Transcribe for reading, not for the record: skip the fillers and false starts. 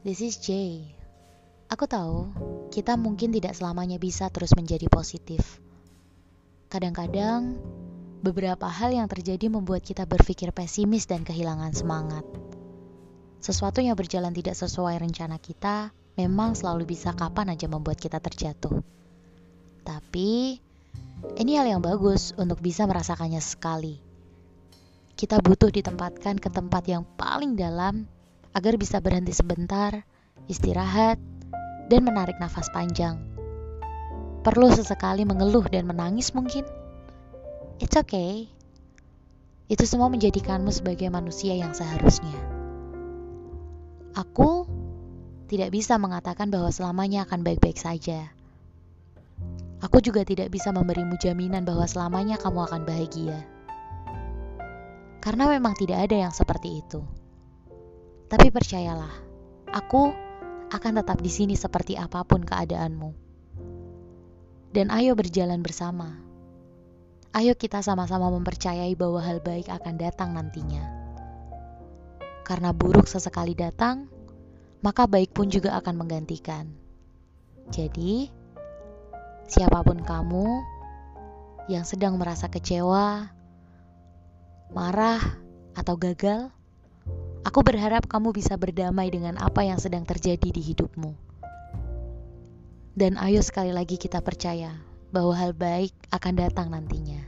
This is Jay. Aku tahu, kita mungkin tidak selamanya bisa terus menjadi positif. Kadang-kadang, beberapa hal yang terjadi membuat kita berpikir pesimis dan kehilangan semangat. Sesuatu yang berjalan tidak sesuai rencana kita memang selalu bisa kapan aja membuat kita terjatuh. Tapi, ini hal yang bagus untuk bisa merasakannya sekali. Kita butuh ditempatkan ke tempat yang paling dalam agar bisa berhenti sebentar, istirahat, dan menarik nafas panjang. Perlu sesekali mengeluh dan menangis mungkin? It's okay. Itu semua menjadikanmu sebagai manusia yang seharusnya. Aku tidak bisa mengatakan bahwa selamanya akan baik-baik saja. Aku juga tidak bisa memberimu jaminan bahwa selamanya kamu akan bahagia. Karena memang tidak ada yang seperti itu. Tapi percayalah, aku akan tetap di sini seperti apapun keadaanmu. Dan ayo berjalan bersama. Ayo kita sama-sama mempercayai bahwa hal baik akan datang nantinya. Karena buruk sesekali datang, maka baik pun juga akan menggantikan. Jadi, siapapun kamu yang sedang merasa kecewa, marah, atau gagal, aku berharap kamu bisa berdamai dengan apa yang sedang terjadi di hidupmu. Dan ayo sekali lagi kita percaya bahwa hal baik akan datang nantinya.